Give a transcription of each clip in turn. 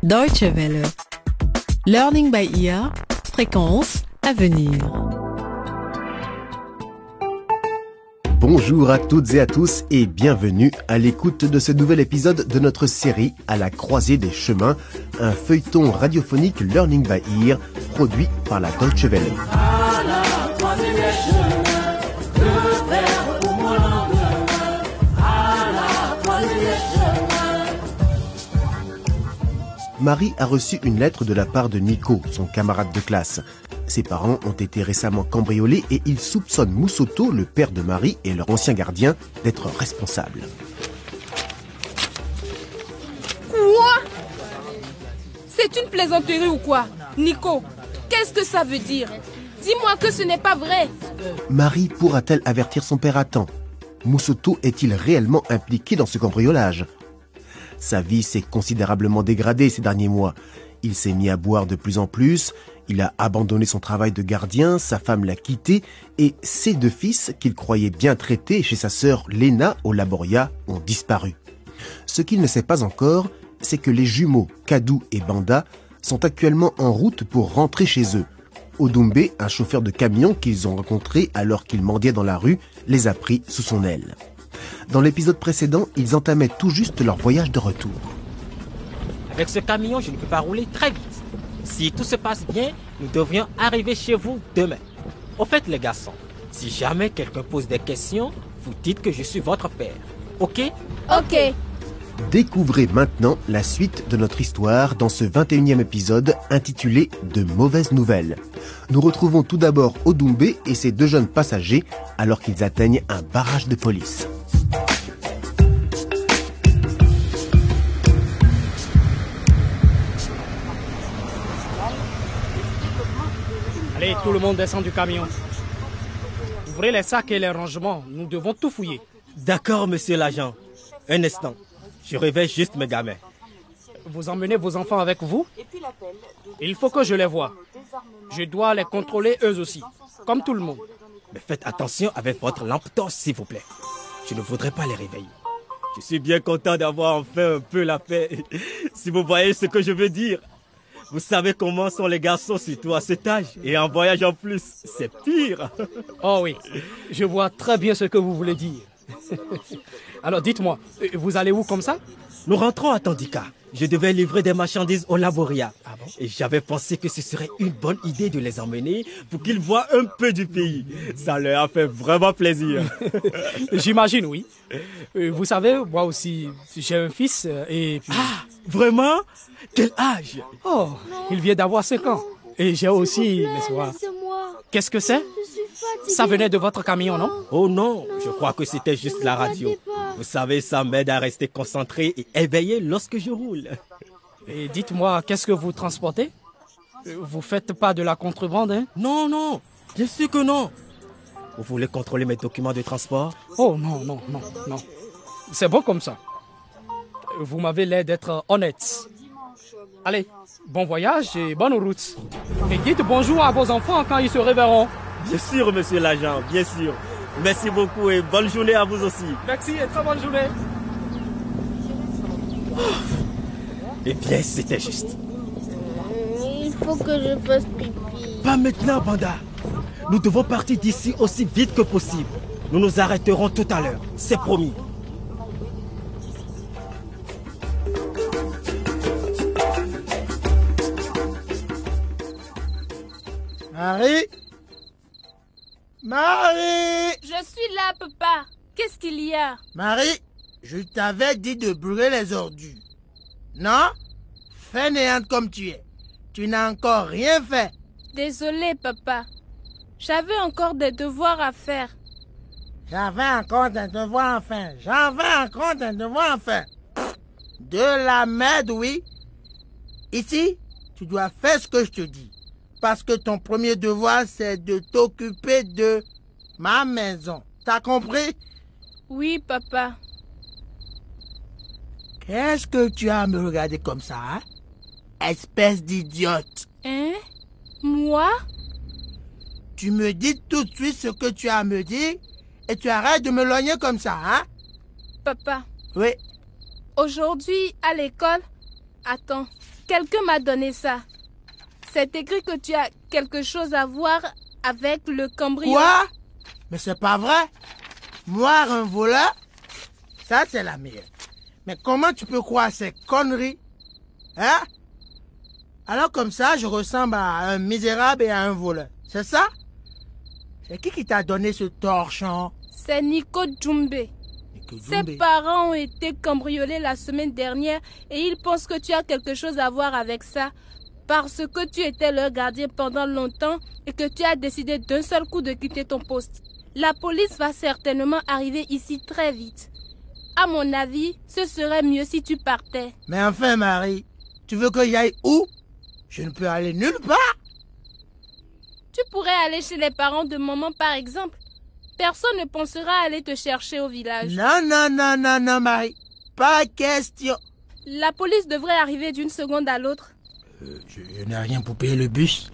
Deutsche Welle. Learning by ear. Fréquence à venir. Bonjour à toutes et à tous et bienvenue à l'écoute de ce nouvel épisode de notre série À la croisée des chemins, un feuilleton radiophonique Learning by ear produit par la Deutsche Welle. À la croisée des chemins, le verbe pour mon lendemain. À la croisée des chemins. Marie a reçu une lettre de la part de Nico, son camarade de classe. Ses parents ont été récemment cambriolés et ils soupçonnent Moussoto, le père de Marie et leur ancien gardien, d'être responsables. Quoi? C'est une plaisanterie ou quoi? Nico, qu'est-ce que ça veut dire? Dis-moi que ce n'est pas vrai. Marie pourra-t-elle avertir son père à temps? Moussoto est-il réellement impliqué dans ce cambriolage? Sa vie s'est considérablement dégradée ces derniers mois. Il s'est mis à boire de plus en plus, il a abandonné son travail de gardien, sa femme l'a quitté et ses deux fils, qu'il croyait bien traités chez sa sœur Léna au Laboria, ont disparu. Ce qu'il ne sait pas encore, c'est que les jumeaux Kadou et Banda sont actuellement en route pour rentrer chez eux. Odumbe, un chauffeur de camion qu'ils ont rencontré alors qu'ils mendiaient dans la rue, les a pris sous son aile. Dans l'épisode précédent, ils entamaient tout juste leur voyage de retour. Avec ce camion, je ne peux pas rouler très vite. Si tout se passe bien, nous devrions arriver chez vous demain. Au fait, les garçons, si jamais quelqu'un pose des questions, vous dites que je suis votre père. Ok? Ok. Découvrez maintenant la suite de notre histoire dans ce 21e épisode intitulé « De mauvaises nouvelles ». Nous retrouvons tout d'abord Odumbe et ses deux jeunes passagers alors qu'ils atteignent un barrage de police. Allez, tout le monde descend du camion. Ouvrez les sacs et les rangements, nous devons tout fouiller. D'accord, monsieur l'agent. Un instant, je réveille juste mes gamins. Vous emmenez vos enfants avec vous? Il faut que je les voie. Je dois les contrôler eux aussi, comme tout le monde. Mais faites attention avec votre lampe torche, s'il vous plaît. Je ne voudrais pas les réveiller. Je suis bien content d'avoir enfin un peu la paix. Si vous voyez ce que je veux dire. Vous savez comment sont les garçons, surtout à cet âge. Et en voyage en plus, c'est pire. Oh oui, je vois très bien ce que vous voulez dire. Alors dites-moi, vous allez où comme ça? Nous rentrons à Tandika. Je devais livrer des marchandises au Laboria. Ah bon? Et j'avais pensé que ce serait une bonne idée de les emmener pour qu'ils voient un peu du pays. Ça leur a fait vraiment plaisir. J'imagine, oui. Vous savez, moi aussi, j'ai un fils et puis... Ah, vraiment? Quel âge? Oh, il vient d'avoir 5 ans. Et j'ai aussi, n'est-ce pas? Qu'est-ce que c'est? Ça venait de votre camion, non? Oh non, je crois que c'était juste la radio. Vous savez, ça m'aide à rester concentré et éveillé lorsque je roule. Et dites-moi, qu'est-ce que vous transportez? Vous faites pas de la contrebande, hein? Non, non, bien sûr que non. Vous voulez contrôler mes documents de transport? Oh non, non, non, non. C'est bon comme ça. Vous m'avez l'air d'être honnête. Allez, bon voyage et bonne route. Et dites bonjour à vos enfants quand ils se réveilleront. Bien sûr, monsieur l'agent, bien sûr. Merci beaucoup et bonne journée à vous aussi. Merci et très bonne journée. Eh bien, c'était juste. Il faut que je fasse pipi. Pas maintenant, Banda. Nous devons partir d'ici aussi vite que possible. Nous nous arrêterons tout à l'heure, c'est promis. Marie? Marie? Je suis là, papa. Qu'est-ce qu'il y a? Marie, je t'avais dit de brûler les ordures. Non? Fainéante comme tu es. Tu n'as encore rien fait. Désolé, papa. J'avais encore des devoirs à faire. J'avais encore des devoirs à faire. J'avais encore des devoirs à faire. De la merde, oui. Ici, tu dois faire ce que je te dis. Parce que ton premier devoir, c'est de t'occuper de ma maison. T'as compris? Oui, papa. Qu'est-ce que tu as à me regarder comme ça, hein? Espèce d'idiote. Hein? Moi? Tu me dis tout de suite ce que tu as à me dire et tu arrêtes de me logner comme ça, hein? Papa, Oui. aujourd'hui, à l'école... Attends, Quelqu'un m'a donné ça. C'est écrit que tu as quelque chose à voir avec le cambriolage. Quoi? Mais c'est pas vrai. Moi, un voleur, ça c'est la meilleure. Mais comment tu peux croire ces conneries? Hein? Alors comme ça, je ressemble à un misérable et à un voleur. C'est ça? C'est qui t'a donné ce torchon? C'est Nico Djumbe. Ses parents ont été cambriolés la semaine dernière et ils pensent que tu as quelque chose à voir avec ça parce que tu étais leur gardien pendant longtemps et que tu as décidé d'un seul coup de quitter ton poste. La police va certainement arriver ici très vite. À mon avis, ce serait mieux si tu partais. Mais enfin, Marie, tu veux que j'aille où? Je ne peux aller nulle part. Tu pourrais aller chez les parents de maman, par exemple. Personne ne pensera aller te chercher au village. Non, Marie. Pas question. La police devrait arriver d'une seconde à l'autre. Je n'ai rien pour payer le bus.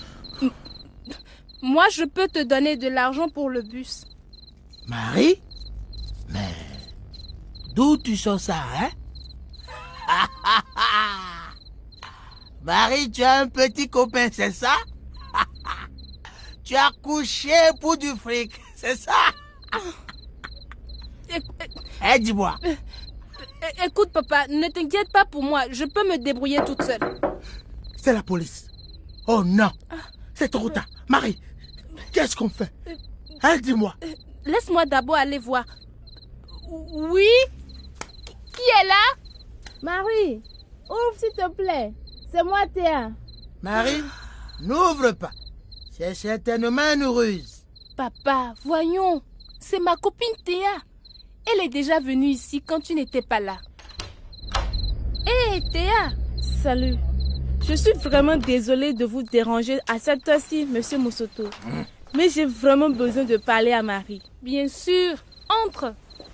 Moi, je peux te donner de l'argent pour le bus. Marie? Mais d'où tu sors ça, hein? Marie, tu as un petit copain, c'est ça? Tu as couché pour du fric, c'est ça? Dis-moi. Écoute, papa, ne t'inquiète pas pour moi. Je peux me débrouiller toute seule. C'est la police. Oh non, c'est trop tard. Marie, qu'est-ce qu'on fait? Dis-moi. Laisse-moi d'abord aller voir. Oui? Qui est là? Marie, ouvre s'il te plaît. C'est moi, Théa. Marie, n'ouvre pas. C'est certainement une ruse. Papa, voyons. C'est ma copine Théa. Elle est déjà venue ici quand tu n'étais pas là. Hé, Théa. Salut. Je suis vraiment désolée de vous déranger à cette heure-ci, monsieur Moussoto. Mais j'ai vraiment besoin de parler à Marie. Bien sûr. Entre.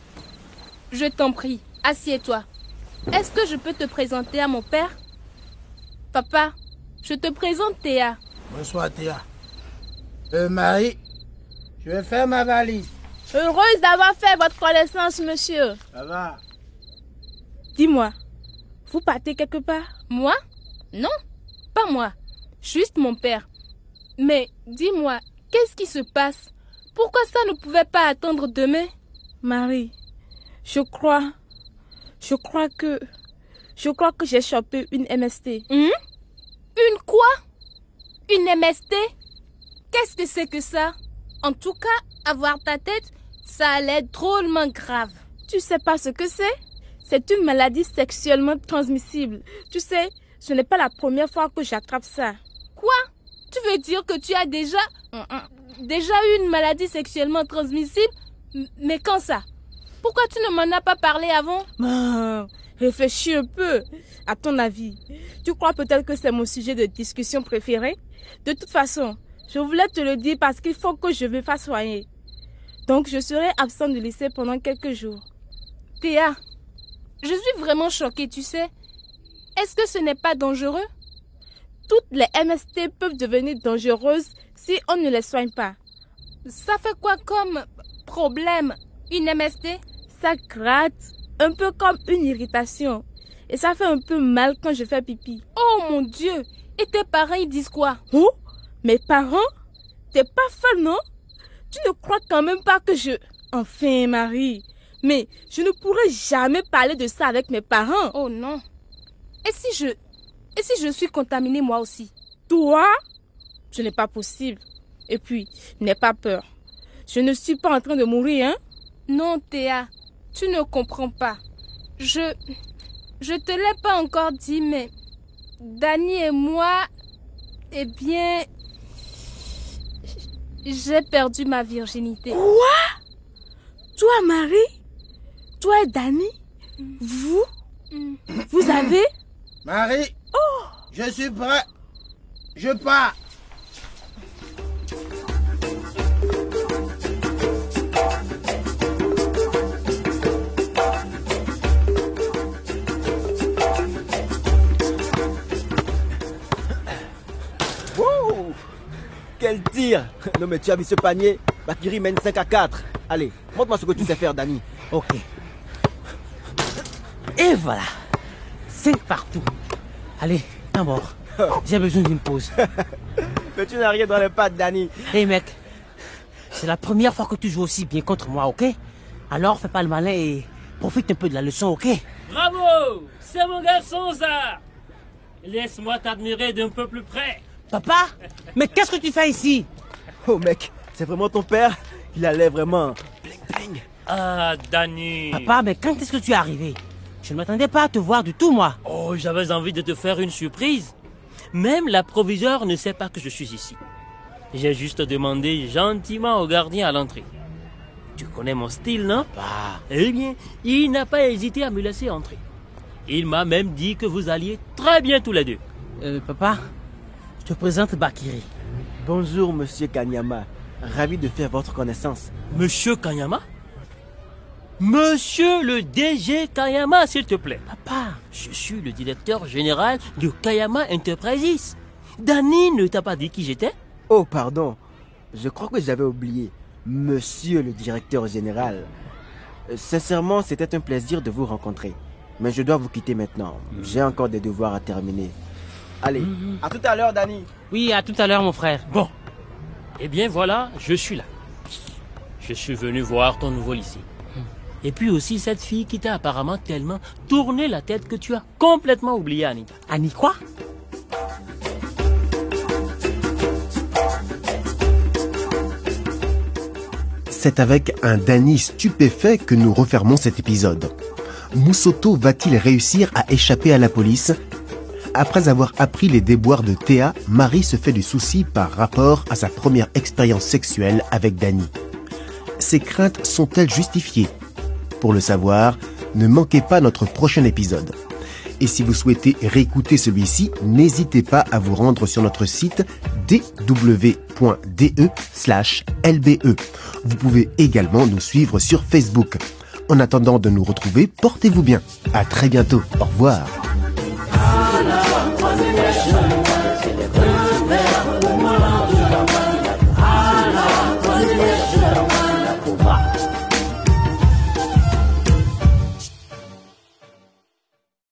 Je t'en prie. Assieds-toi. Est-ce que je peux te présenter à mon père? Papa, je te présente Théa. Bonsoir, Théa. Marie, je vais faire ma valise. Heureuse d'avoir fait votre connaissance, monsieur. Ça va? Dis-moi, vous partez quelque part? Moi? Non, pas moi. Juste mon père. Mais dis-moi, qu'est-ce qui se passe? Pourquoi ça ne pouvait pas attendre demain? Marie, je crois que j'ai chopé une MST. Une quoi? Une MST? Qu'est-ce que c'est que ça? En tout cas, avoir ta tête, ça allait être drôlement grave. Tu sais pas ce que c'est? C'est une maladie sexuellement transmissible. Tu sais, ce n'est pas la première fois que j'attrape ça. Quoi? Tu veux dire que tu as déjà eu une maladie sexuellement transmissible? Mais quand ça? Pourquoi tu ne m'en as pas parlé avant? Réfléchis un peu. À ton avis, tu crois peut-être que c'est mon sujet de discussion préféré? De toute façon, je voulais te le dire parce qu'il faut que je me fasse soigner. Donc, je serai absente du lycée pendant quelques jours. Théa, je suis vraiment choquée, tu sais. Est-ce que ce n'est pas dangereux? Toutes les MST peuvent devenir dangereuses si on ne les soigne pas. Ça fait quoi comme problème, une MST? Ça gratte, un peu comme une irritation. Et ça fait un peu mal quand je fais pipi. Oh mon Dieu! Et tes parents, ils disent quoi? Oh? Mes parents? T'es pas folle, non? Tu ne crois quand même pas que je... Enfin, Marie, mais je ne pourrai jamais parler de ça avec mes parents. Oh non. Et si je suis contaminée moi aussi? Toi? Ce n'est pas possible. Et puis, n'aie pas peur. Je ne suis pas en train de mourir, hein? Non, Théa, tu ne comprends pas. Je te l'ai pas encore dit, mais Dani et moi, eh bien, j'ai perdu ma virginité. Quoi? Toi, Marie? Toi et Dani? Vous avez? Marie, je suis prêt. Je pars. Wow! Quel tir! Non mais tu as vu ce panier? Bakiri mène 5-4. Allez, montre-moi ce que tu sais faire, Dani. Ok. Et voilà. 5 partout. Allez, d'abord, j'ai besoin d'une pause. Mais tu n'as rien dans les pattes, Danny. Hey mec, c'est la première fois que tu joues aussi bien contre moi, ok? Alors fais pas le malin et profite un peu de la leçon, ok? Bravo! C'est mon garçon, ça! Laisse-moi t'admirer d'un peu plus près. Papa? Mais qu'est-ce que tu fais ici? Oh mec, c'est vraiment ton père? Il a l'air vraiment... bling bling. Ah, Danny. Papa, mais quand est-ce que tu es arrivé? Je ne m'attendais pas à te voir du tout, moi. Oh, j'avais envie de te faire une surprise. Même la proviseure ne sait pas que je suis ici. J'ai juste demandé gentiment au gardien à l'entrée. Tu connais mon style, non? Bah. Eh bien, il n'a pas hésité à me laisser entrer. Il m'a même dit que vous alliez très bien tous les deux. Papa, je te présente Bakiri. Bonjour, monsieur Kanyama. Ravi de faire votre connaissance. Monsieur Kanyama? Monsieur le DG Kayama, s'il te plaît. Papa, je suis le directeur général de Kayama Enterprises. Danny ne t'a pas dit qui j'étais? Oh, pardon. Je crois que j'avais oublié. Monsieur le directeur général. Sincèrement, c'était un plaisir de vous rencontrer. Mais je dois vous quitter maintenant. J'ai encore des devoirs à terminer. Allez, à tout à l'heure, Danny. Oui, à tout à l'heure, mon frère. Bon. Eh bien, voilà, je suis là. Je suis venu voir ton nouveau lycée. Et puis aussi cette fille qui t'a apparemment tellement tourné la tête que tu as complètement oublié Anita. Annie quoi? C'est avec un Danny stupéfait que nous refermons cet épisode. Musoto va-t-il réussir à échapper à la police? Après avoir appris les déboires de Théa, Marie se fait du souci par rapport à sa première expérience sexuelle avec Danny. Ses craintes sont-elles justifiées? Pour le savoir, ne manquez pas notre prochain épisode. Et si vous souhaitez réécouter celui-ci, n'hésitez pas à vous rendre sur notre site dw.de/lbe. Vous pouvez également nous suivre sur Facebook. En attendant de nous retrouver, portez-vous bien. À très bientôt. Au revoir. À la troisième échelle,